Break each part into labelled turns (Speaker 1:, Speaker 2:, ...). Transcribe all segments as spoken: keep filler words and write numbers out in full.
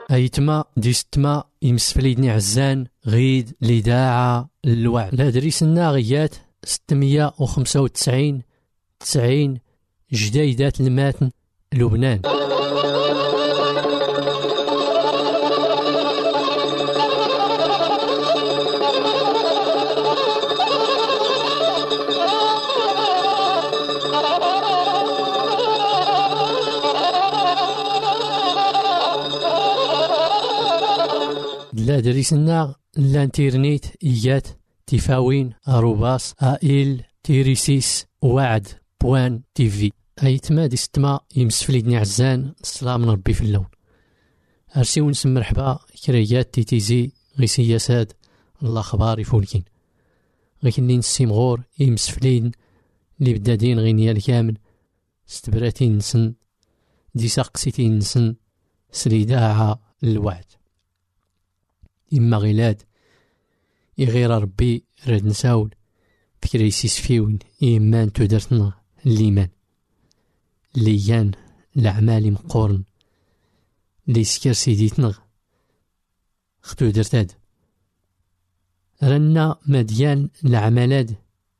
Speaker 1: أيتما ديستما يمسفليدني عزان غيد لداعة الوعد. لا دريسنا غيات ستمية وخمسة وتسعين تسعين جديدات الماتن لبنان. لا دريسنا الانترنت إيات تفاوين أروباس آئل تيريسيس وعد بوان تيفي. أيتما دي ستما يمسفليدني عزان السلام من ربي في اللون. أرسي ونسم مرحبا كريات تيتيزي غي سياسات الأخبار يفولكين غي كنين السيمغور يمسفلين اللي بدادين غي نيال كامل ستبراتين نسن دي ساقسيتين نسن سليداعة الوعد. إما غيلاد يغير ربي راد نساول بكريسيس فيون إيمان تودرتنا الإيمان ليان الأعمال مقورن لي سكر سيديتنا ختو درتاد رنا مديان العملات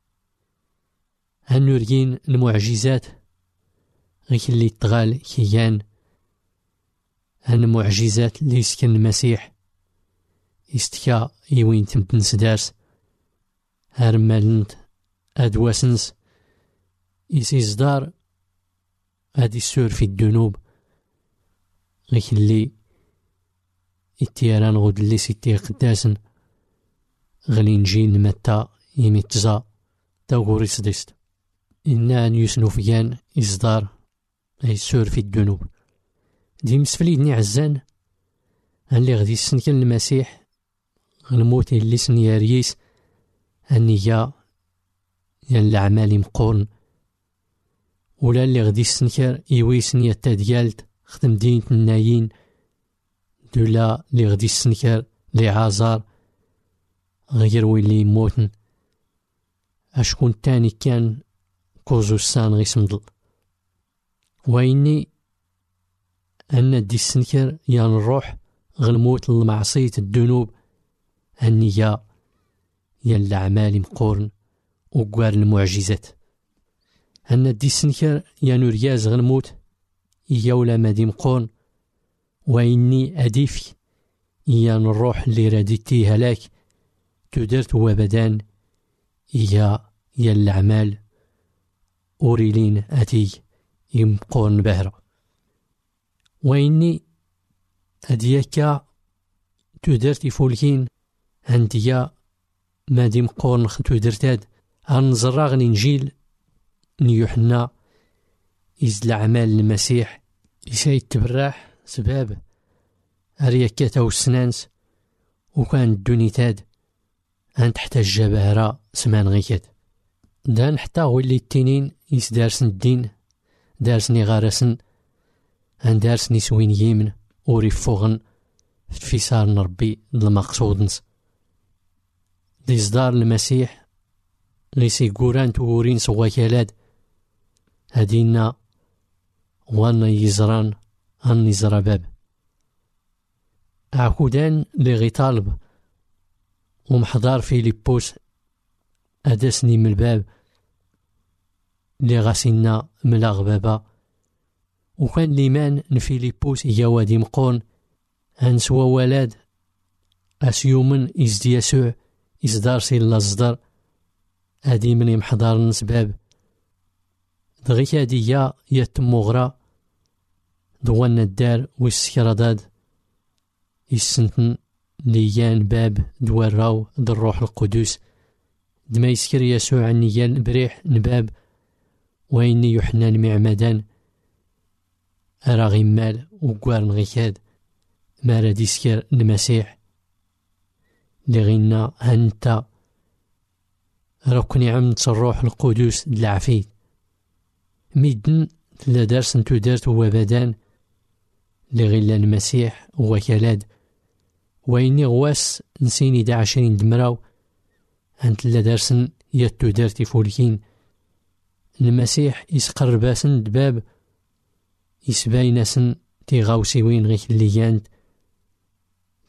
Speaker 1: هنورجين المعجزات غيك اللي تغال كيان هن معجزات لي سكن المسيح يستكا يوين تمتن سدارس هرمالنت أدواسنس يسيزدار هادي السور في الذنوب غيك اللي التيران غود اللي سيتي قداسن غلي نجين متى يمتزا تاغوري سديست إنا أن يسنو فيان إصدار أي السور في الذنوب دي مسفليدني عزان اللي غدي يسنكن المسيح غنموت اللي سن ياريس النية يان الأعمال مقورن ولا اللي غدي يسنكر يويس نية تاديالت خدم دين النايين دولا اللي غدي يسنكر لي عازار غير ويلي يموتن أشكون تاني كان كوزو السان غي سمدل ويني أن دي السنكر يان الروح غنموت لمعصية الذنوب النية يان الأعمال مقورن وقوار المعجزات أن دي السنكر يان رياز غنموت إيا ولا مادي مقورن وإني أديفك يان الروح اللي راديتي هلاك تدرت وابدان إيا يان الأعمال أوريلين أتي يمقورن بهرة وإني أديكا تدرت فولكين عنديا مادي مقورن ختو درتاد هنزراغ الإنجيل نيوحنا إز الأعمال المسيح إساي التبراح سباب أريكاتا والسنانس وكان الدونيتاد أن تحتاج بهرة سمان غيكات دان حتى هو اللي التنين يس دارسن الدين دارسني غارسن أن دارسني سوين يمن وريفوغن في صار ربي المقصودنس دي صدار المسيح ليسي قوران تورين سواكالاد هدينا وانا يزران ان يزرى باب عكودان لي غي طالب ومحضار فيليبوس أدسني من الباب لي غاسينا من الغبابة وكان ليمان نفيليبوس يوادي مقون هنسوا ولاد أسيومن إزدي يسوع إزدار سيلا الزدر هادي من يمحضار نسباب دغيك هادية يتمغرا دوان الدار ويسكرداد يسنتن ليان باب دوراو بالروح القدس دما يسكر يسوع النيان بريح نباب ويني يحنان معمدان أراغي مال وقوار غيكاد ما راد يسكر المسيح لغينا هنتا ركني عمت الروح القدس العفيد ميدن تلا دارس نتو دارت هو بدان لغيلا المسيح وكالاد ويني غواس نسيني دا عشرين دمراو أنت لا دارسن يتو دارتي فولكين المسيح يسقر باسن دباب يسبايناسن تيغاوسي وين غيك اللي ياند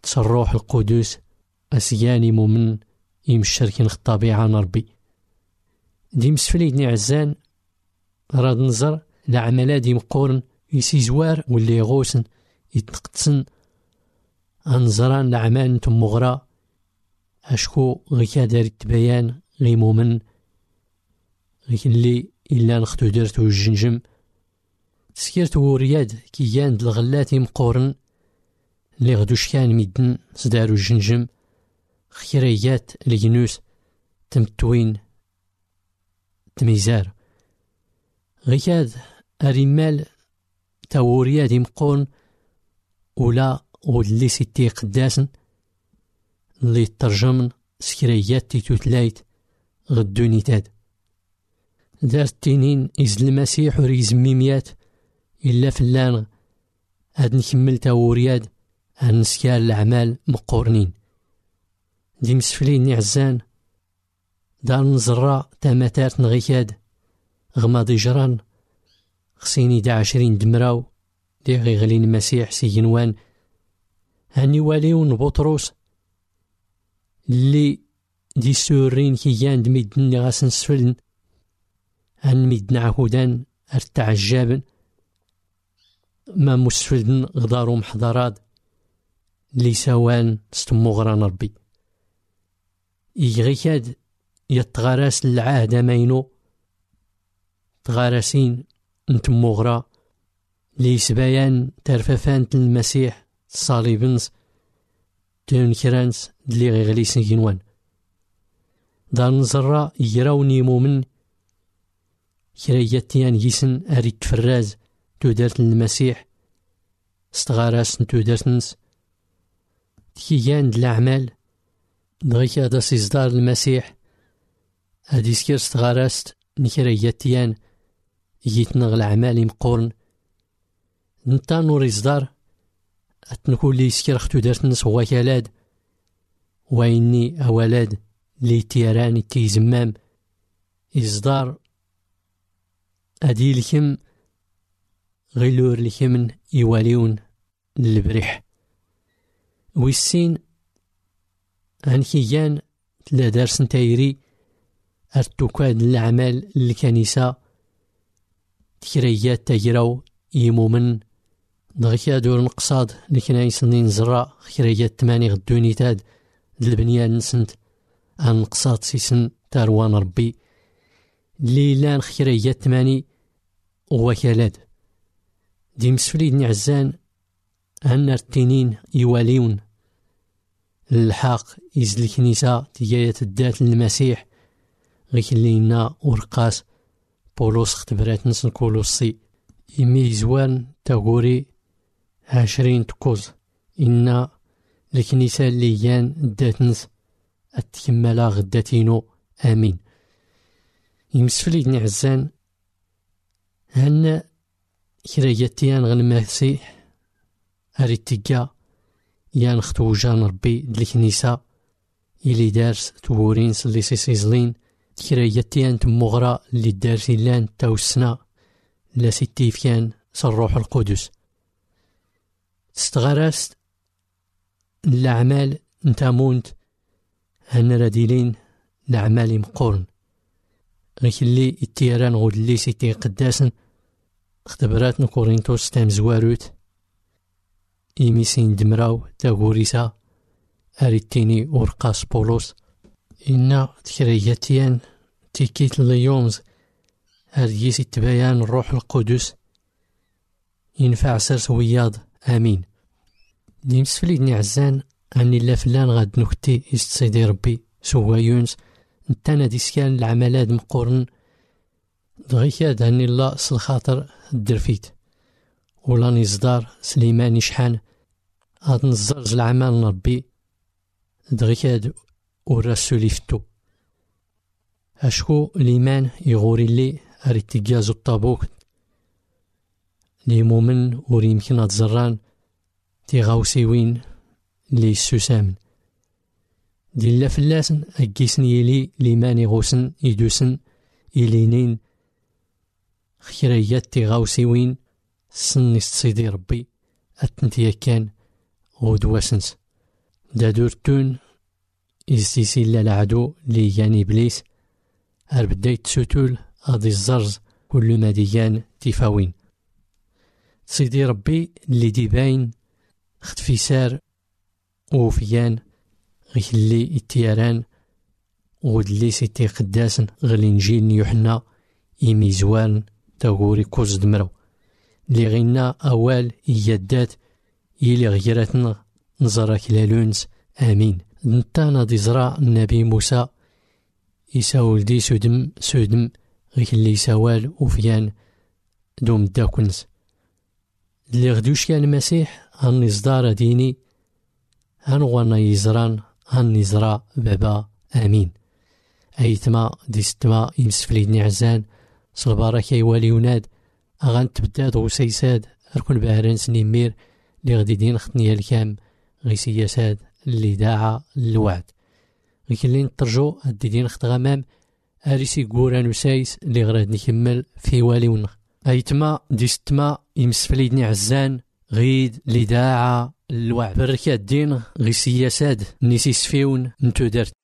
Speaker 1: الروح القدس أسياني مؤمن يمشاركين الطبيعة نربي دي مسفليدني عزان راد نظر العملة دي مقورن يسي زوار واللي يغوسن يتنقتسن أنظران الأعمال نتم مغرى أشكو غيكا دار التبيان غي مؤمن غيك اللي إلا نختو دارتو الجنجم تسكيرت ورياد كي ياند الغلات مقورن اللي غدوش كان ميدن صدارو الجنجم خيريات الجنوس تمتوين تميزار غيكاد أريمال تاوريا دي مقورن ولا ولي سيتي قداسن اللي ترجمن سكريات تيتو تلايت غدوني تاد دار التنين إز المسيح وريز ميميات إلا فلان هاد نكمل تاورياد هاد نسكار الأعمال مقورنين دي مسفلين نعزان دار نزرع تاماتات نغيكاد غماضي جران خصيني دا عشرين دمراو دي غيغلين المسيح سيجنوان هاني واليون بطروس اللي دي سورين كيان دميدني غاسن سفلن هان ميدن عهودان ارتعجابن ما مسفلن غدارو محضرات اللي سوان ستمو غران ربي يغيكاد يتغارس العهد ماينو تغارسين نتمو غرا لي سبايان ترففان المسيح صاليبنز تون كرانس دلي غيغلي سنجنوان دار نزرع يراوني مؤمن كرياتيان يسن اريد تفراز تودرت المسيح استغاراس تودرتنس تكيان د الأعمال دغيك هذا سيصدار المسيح هادي سكير استغاراست نكرياتيان يتنغ الأعمال مقورن نتا نور إصدار أتنكو لي سكير اختو دارتنس هو كالاد وإني أولاد لي تيراني تيزمام إصدار أدي لكم غيلور لكمن يواليون للبريح ويسين هنكيان تلا دارس نتايري أرتوكاد الأعمال الكنيسة تكريات تجراو يمومن دغيكا دور نقصاد لكنايس نين زرا خيريات تماني غدوني تاد البنيان نسنت عن نقصاد سيسن تاروان ربي ليلان خيريات تماني وكالاد دي مسفليد نعزان هن التنين يواليون الحق إز الكنيسة تجاية الدات للمسيح غيك اللينا ورقاس بولوس اختبرات نسن كولوسي إمي زوان تاغوري عشرين تكوز إن الكنيسة الليان الداتنس أتكملا غداتينو آمين يمسفليد نعزان هن كراياتيان غنماسيح أريتيكا يان ختو جان ربي الكنيسة إلي دارس تورين سلي سيسيزلين كراياتيان تمغرا اللي دارسي لان تاوسنا لا سيتيف كان صروح القدس تستغرست الأعمال نتامونت هن راديلين الأعمال مقورن غيك اللي التيران غود اللي سيتي قداسن اختبرات نكورينتوس تام زواروت إيميسين دمراو تاغوريسا أريتيني ورقاس بولوس إنا تكرياتيان تيكيت ليومز هرجيس التبيان الروح القدس ينفع سرس وياض آمين نمسفليدني عزان أني لا فلان غاد نكتي يستسيدي ربي سوا يونس نتانا ديسكان العملات مقورن دغيكاد هني الله سالخاطر الدرفيت ولا نصدار سليمان شحان هاد نزرز العمال نربي دغيكاد وراسولي فتو أشكو الإيمان يغوري لي أريد تجازو الطابوك لي مؤمن وري يمكن أتزران تيغاوسيوين لي السوسامن دي لا فلاسن أكيسني لي الإيمان يغوسن يدوسن إلينين خيريات تيغاوسيوين سن يستصيدي ربي أتنتيا كان غدواسنس دادورتون إستيسيل العدو لي يعني إبليس هر بداية تسوتول أدي الزرز كل ما ديان تفاوين سيدي ربي اللي دي باين خطفي سار وفيان غيخلي التيران ودلي سيتي قداسن غلي نجيل يوحنا إيميزوان تاغوري كوز دمرو لي غينا أوال إيادات إلي غيراتنا نزرا كلالونس آمين. نتانا دي زرا النبي موسى يساول دي سودم سودم غيخلي يساوال وفيان دوم داكونس اللي غدوش كان المسيح هاني صدار ديني هنغوانا يزران هاني زرا بابا آمين. أيتما دي ستما يمسفليدني عزان صلبارك يوالي وناد أغان تبداد وسيساد أركن بهران سنيمير اللي غدي دين خطني الكام غي سياساد اللي داعا الوعد غيكلين ترجو هدي دين خط غمام أريسي قوران وسايس اللي غراد نكمل في والي ونخ. أيتما دي ستما يمسفليدني عزان غيد اللي داعا الوعد بركات دين غي سياساد نيسي سفيون نتو درت.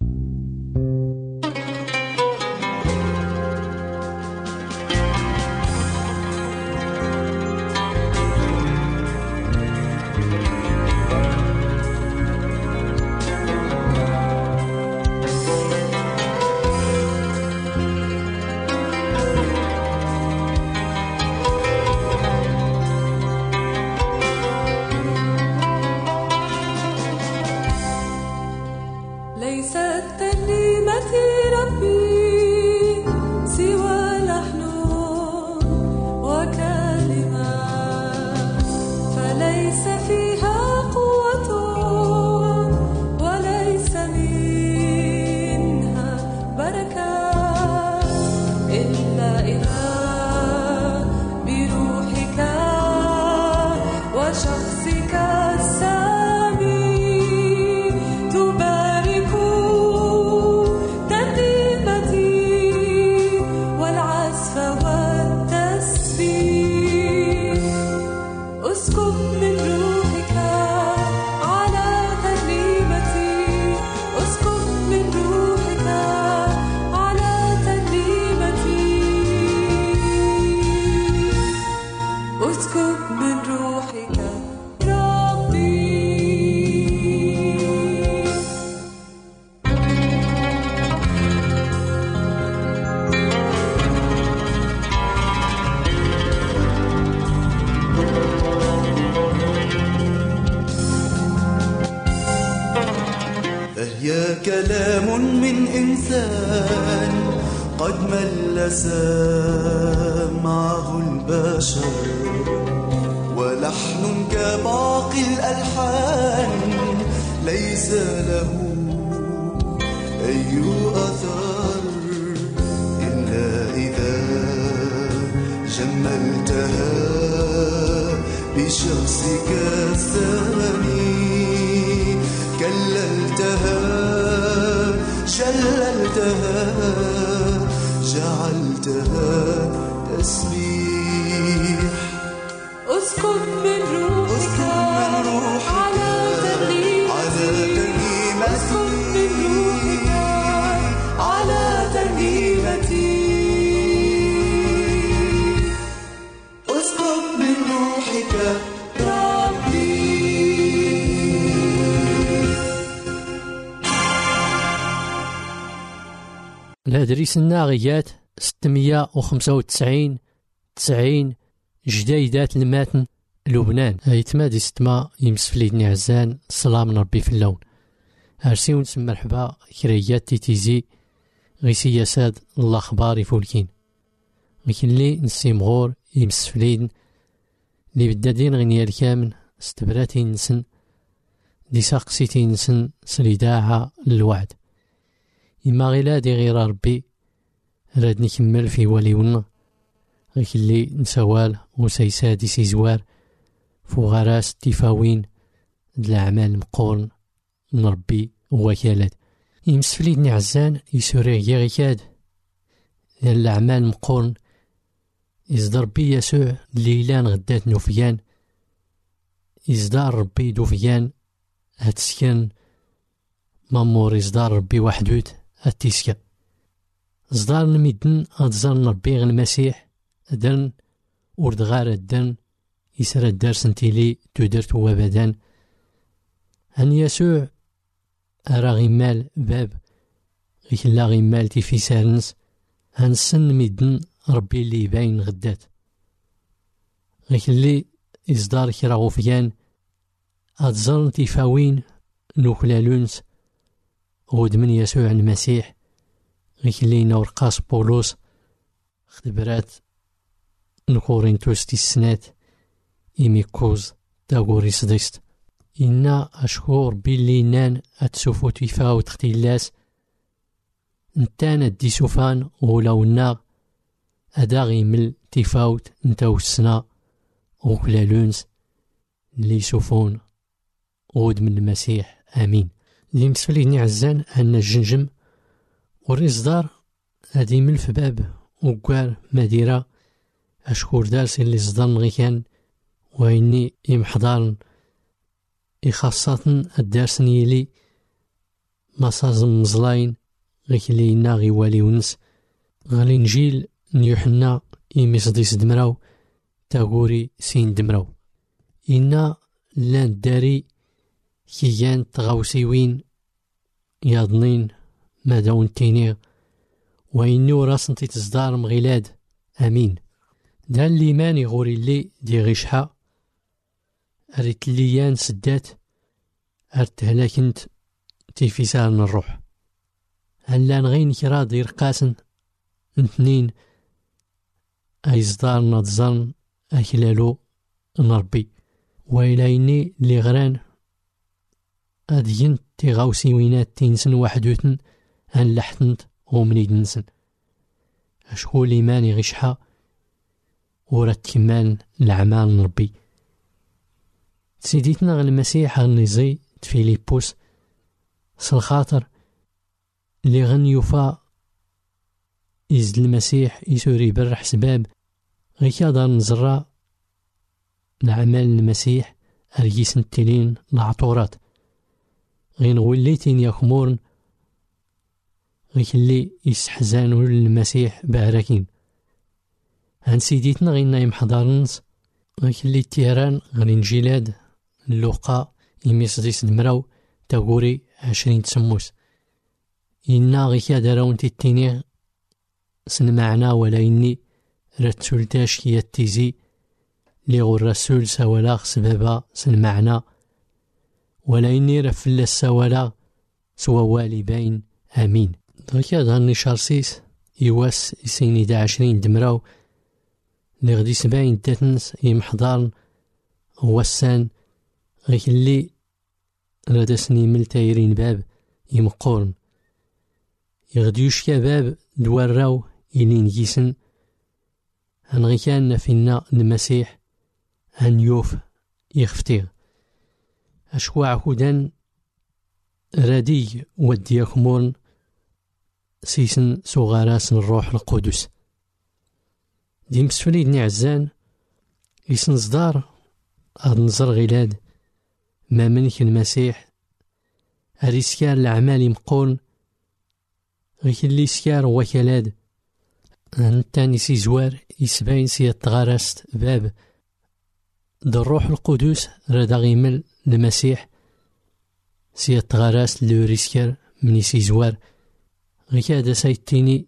Speaker 2: كلام من إنسان قد مل سمعه البشر ولحن كباقي الألحان ليس له أي أثر إلا إذا جملتها بشخصك الثاني كللتها شللتها جعلتها تسبيح.
Speaker 3: اسكب من روحك على ترنيمتي اسكب من روحك على ترنيمتي اسكب من روحك
Speaker 1: الهدريس الناغيات ستمية وخمسة وتسعين تسعين جديدات الماتن لبنان. هيتما دي ستما يمسفليدني عزان السلام من ربي في اللون هرسيون سم مرحبا كريات تيتيزي غي سياساد الله خباري فولكين لكن لي نسيمغور يمسفليدن لي بدادين غنيا الكامن استبراتي نسن دي ساقسيتي نسن سليداعة للوعد إما غيلا دي غير ربي راد نكمل في وليونا غيكلي نسوال وسيسادي سيزوار فوغراس تفاوين الأعمال المقورن من ربي ووكالات يمسفليدني عزان يسوري غيكاد الأعمال المقورن إصدر بي يسوع ليلان غدات نوفيان إصدار ربي دوفيان هاد سكان ماموري صدار ربي وحدود هاتيسكا صدار نميدن أتزار ربي غير المسيح أدن وردغار الدن يسرى الدرس انتيلي تودرت وابدا أن يسوع أرى غمال باب غيكلا غمال تيفي سارنس هنسن ميدن ربي اللي يباين غدات غيكلي إصدار كرا غوفيان أتزر تيفاوين نوكلالونس غود من يسوع المسيح غيكلي نورقاس بولوس خدبرات نكورينتوس تيسنات إيميكوز تاغوري صديست إنا أشكور بلي نان أتسوفو تيفاو تختيلاس نتان أدي سوفان غولاونا أدا غيمل تيفاوت نتاو السنا غوكلالونس اللي سوفون غود من المسيح آمين. اللي مسفليني عزان أن الجنجم وريزدار هادي من الفباب وقوار مديرة أشكور دارس اللي صدام غيكان وإني إمحضارن إخاصة الدارسن يلي مصازم مزلاين غيكلي إنا غيوالي ونس غالي نجيل نيوحنا إميصديس دمراو تاغوري سين دمراو إنا لان داري كيان تغاوسيوين ياضنين ماداون تينيغ وإنو راسن تيتصدار مغيلاد آمين. دان ليمان يغوري اللي دي غيشحا أريت ليان سدات أرتهلاكنت تيفيسارن الروح هلان غين كرا دير قاسن نتنين أيزدار نتزان أكلالو نربي وإليني اللي غران أدين تيغاوسي وينات تينسن وحدوتن هن لحتنت ومنيد نسن أشكول إيماني غشحا ورات كمان العمال نربي سيديتنا غير المسيح غنيزي تفيليبوس سالخاطر اللي غن يوفا يزد المسيح يسوري برح سباب غيكا دار نزرع العمل المسيح أريس نتلين العطورات غين غوليتين يخمورن غيك اللي يسحزانو للمسيح باراكين هان سيديتنا غين نايم حضارنس غيك اللي تيران غنين جيلاد اللوقا يميصديس دمراو تاغوري عشرين تسموس إنا غيكا داراون تيتيني سن معنا ولا إني رتسولتاش كي يتيزي لي غو الرسول سوالا سبابا سن معنا ولا إني رفل السوالا سوا والي باين آمين. دغيا دهني شارسيس يواس يسيني دا عشرين دمراو لي غدي سباين داتنس يمحضارن وسان غيك اللي ردسني مل تايرين باب يمقورن يغديوش كباب دوار إلي نجيسن هن غيكان فينا المسيح هن يوف يخفتيغ أشكوا عكودان رادي ودي يخمورن سيسن صغاراسن الروح القدس دي مسفليد نعزان يسن صدار هاد نزر غيلاد ما منك المسيح أريسكار الأعمال يمقون غيك اللي سكار وكلاد نتاني سي زوار يسباين سي التغارست باب دا الروح القدس رادا غيمل المسيح سي التغارست لو ريسكار مني سي زوار غيك هذا سايتيني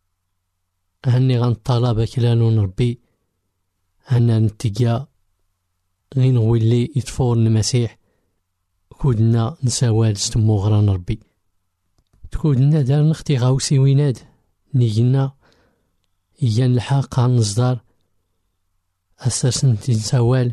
Speaker 1: هني غنطلب كلانو نربي هنا نتيجا غين ولي يتفور المسيح كودنا نساوال ستمو غرا نربي تكودنا دار نختي غاوسي ويناد نيجينا إيان الحق غنصدار أساسن تنساوال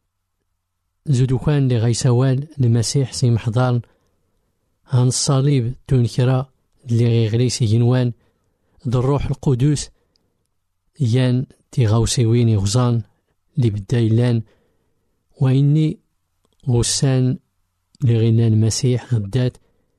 Speaker 1: زودو كان لي غيساوال المسيح سي محضار هان الصليب دون كرا اللي غيغريسي جنوان دو الروح القدس يان تي غاوسي وين يغزان اللي بدايلان وإني غسان لغينا المسيح غدات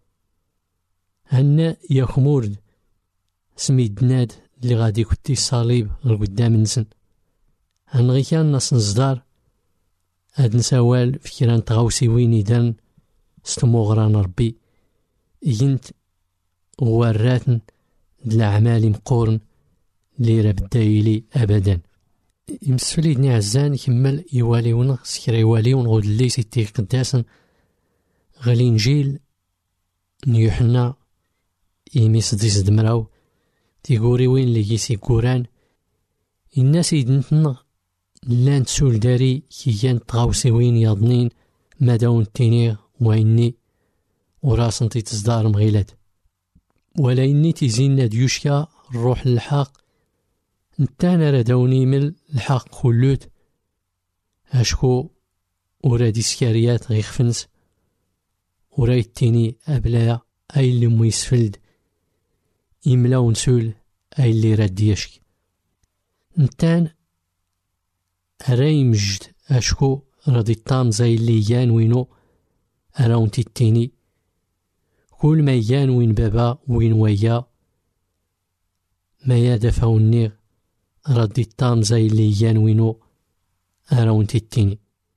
Speaker 1: هنا يخمورد سميد ناد اللي غادي كنتي الصليب القدام نسن هنغي كان ناس نصدار هاد نساوال فكران تغاوسي وين يدان ستمو غران ربي ينت وراتن الأعمال مقورن لي راه بدايلي أبدا. يمسفليدني عزان كمل يواليون سكرا يواليون غود اللي سيتي قداسن غالي نجيل نيوحنا يميس ديس دمراو تيقوري وين اللي يسي كوران الناس يدنتنا لان تسول داري كيان تغاوسي وين يضنين مداون التينيغ ويني وراسن تيتصدار مغيلات ولا إني تيزين ديوشكا الروح للحق نتانا ردوني من الحق خلوت أشكو ورا ديسكاريات غيخفنس ورا يتيني أبلايا أي اللي ميسفلد يملاو نسول أي اللي راد يشك نتان أراي مجد أشكو رادي الطام زي اللي يان وينو أراون تيتيني كل ما يان وين بابا وين ويا ما يدفعو النيغ ردي الطام زي اللي يان وينو أراون تيتيني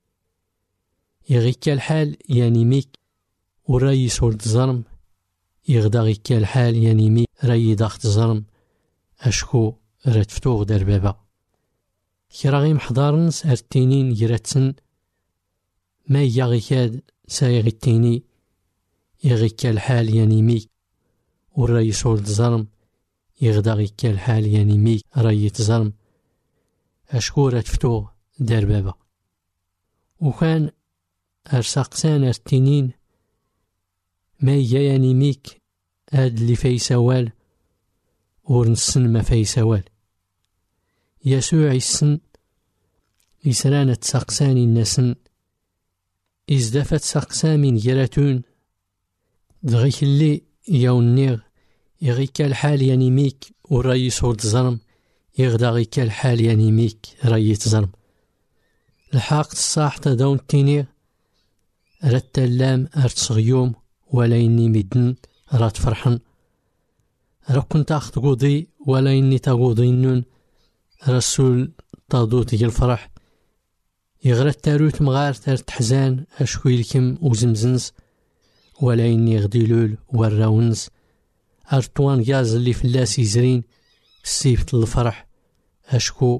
Speaker 1: يغيك الحال يعني ميك وراي سولد زرم يغدا غيك الحال يعني ميك راي ضغط زرم أشكو راد فتوغ دار بابا كراغي محضارنس أرتينين يراتسن ما يغيكاد سايغي التيني يغيك الحال يعني ميك وراي سولد زرم يغدا غيك الحال يعني ميك راي تزرم أشكو راد فتوغ دار بابا وكان أرساقسان أرتينين ما يعني ميك هاد اللي في سوال ورنسن ما في سوال يسوع السن يسرانة ساقساني النسن إزدفت ساقسا من جراتون دغيك اللي يونيغ يغيك الحال يعني ميك وراي صوت زرم يغدا غيك الحال يعني ميك راي تزرم الحاق الصاح تدون تينيغ رات اللام أرتصغيوم ولا إني مدن رات فرحن را كنت أخذ قوضي ولا إني تقوضي نون رسول تضوط الفرح يغرى التاروت مغار تارت حزان أشكوي لكم وزمزنس ولا إني غديلول وراونس أرطوان غاز اللي في اللاس يزرين سيفت الفرح أشكو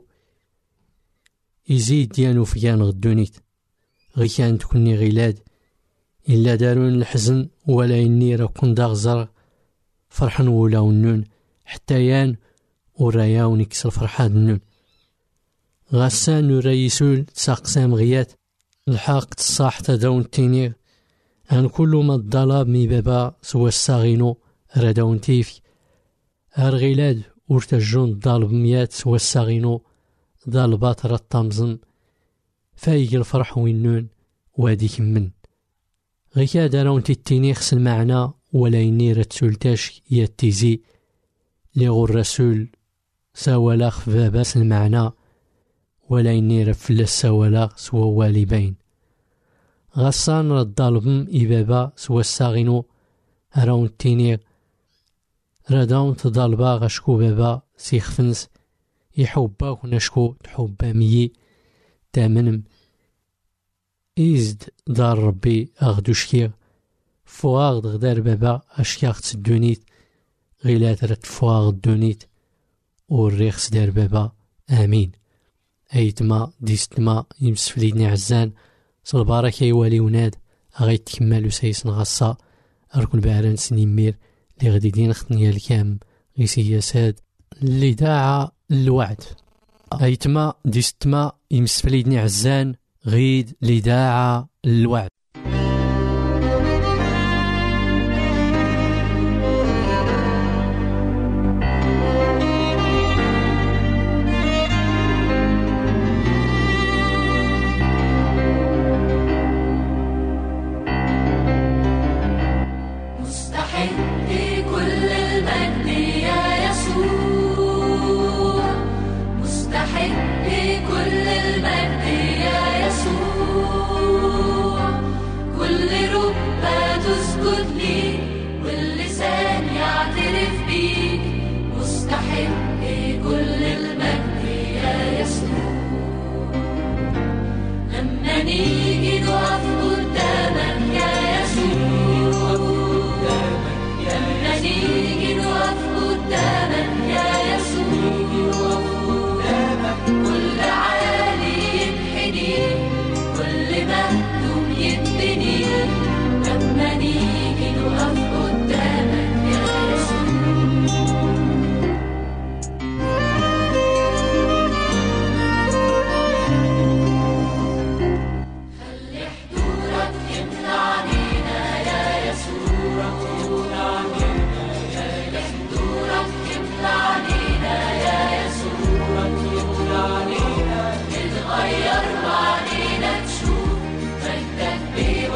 Speaker 1: يزيد ديانو فيان غدونيت غي كانت كوني غيلاد إلا دارون الحزن ولا إني را كون داغزر فرحن ولا ونون حتى يان وراياون يكسر فرحان النون غسان ورايسول تساقسام غيات الحاق تصاح تداون تينيغ أن كل ما الضلاب مي بابا سوى الساغينو رداون تيفي أرغيلاد ورتجون ضالب ميات سوى الساغينو ضالبات رطامزن فايق الفرح وينون واديك من غيكا داراون تيتيني خس المعنى ولا يني رتسولتاش ياتيزي لغو الرسول ساولاخ في باباس المعنى ولا يني رفل ساولاخ سوى والبين غصان رد ضالبم إبابا سوى الساغينو أراون تينيغ رداون تضالبا غشكو بابا سيخفنس يحوبا ونشكو تحوبا ميي تامنم إزد دار ربي أغدو شكيغ فواغد غدار بابا أشكاغ تسدونيت غيلات رد فواغد دونيت والريخس دار بابا آمين. أيتما ديستما يمسفليدني عزان صلبارك يوالي وناد أغيت تكملو سيسن غصا أركن باران سنيمير لي غدي دين خطنيا الكام غي سياسات اللي داعا الوعد. أيتما ديستما يمسفليدني عزان غيد اللي داعا الوعد.
Speaker 3: مستحق كل المجد يا يسوع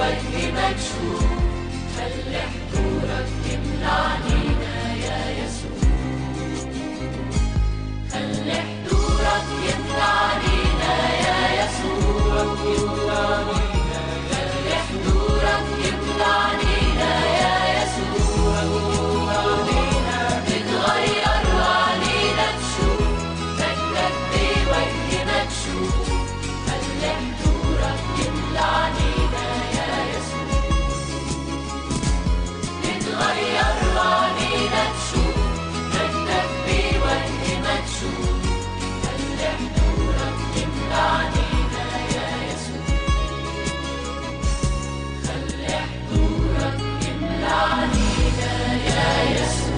Speaker 3: بوجه مكشوف، خلي حضورك يملى عنينا يا يسوع، خلي حضورك يملى عنينا يا يسوع، خلي حضورك يملى عنينا يا يسوع، تتغير وعنينا تشوف مجدك بوجه مكشوف، خلي حضورك يملى عنينا يا يسوع، تتغير وعنينا تشوف مجدك بوجه مكشوف، خلي حضورك يملى عنينا يا يسوع، خلي حضورك يملى عنينا يا يسوع.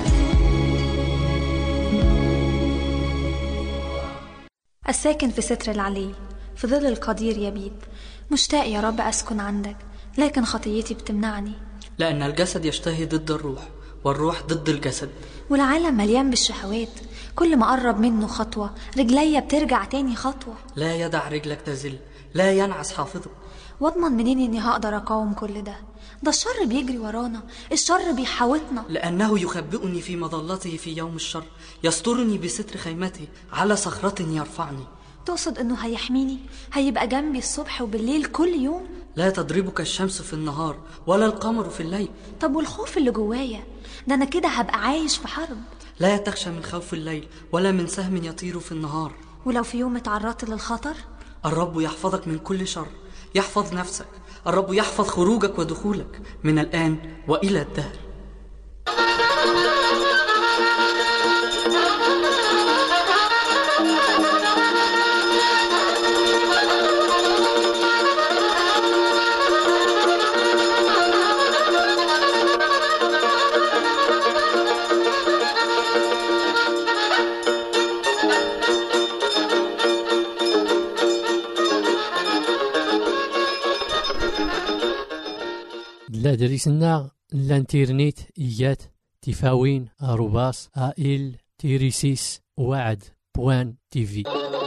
Speaker 4: الساكن في ستر العلي في ظل القدير يبيت، مشتاق يا رب أسكن عندك، لكن خطيتي بتمنعني،
Speaker 5: لأن الجسد يشتهي ضد الروح والروح ضد الجسد،
Speaker 4: والعالم مليان بالشهوات، كل ما قرب منه خطوة رجليا بترجع تاني خطوة.
Speaker 5: لا يدع رجلك تزل، لا ينعس حافظك.
Speaker 4: واضمن منين اني هقدر اقاوم كل ده؟ ده الشر بيجري ورانا، الشر بيحاوطنا،
Speaker 5: لأنه يخبئني في مظلته في يوم الشر، يسترني بستر خيمته، على صخرة يرفعني.
Speaker 4: تقصد انه هيحميني، هيبقى جنبي الصبح وبالليل كل يوم؟
Speaker 5: لا تضربك الشمس في النهار ولا القمر في الليل.
Speaker 4: طب والخوف اللي جوايا ده، انا كده هبقى عايش في حرب.
Speaker 5: لا تخشى من خوف الليل ولا من سهم يطير في النهار.
Speaker 4: ولو في يوم اتعرضت للخطر؟
Speaker 5: الرب يحفظك من كل شر، يحفظ نفسك، الرب يحفظ خروجك ودخولك من الآن وإلى الدهر.
Speaker 1: لادريسنا الانترنت إيات تفاوين أروباس آئل تيريسيس وعد بوان تيفي.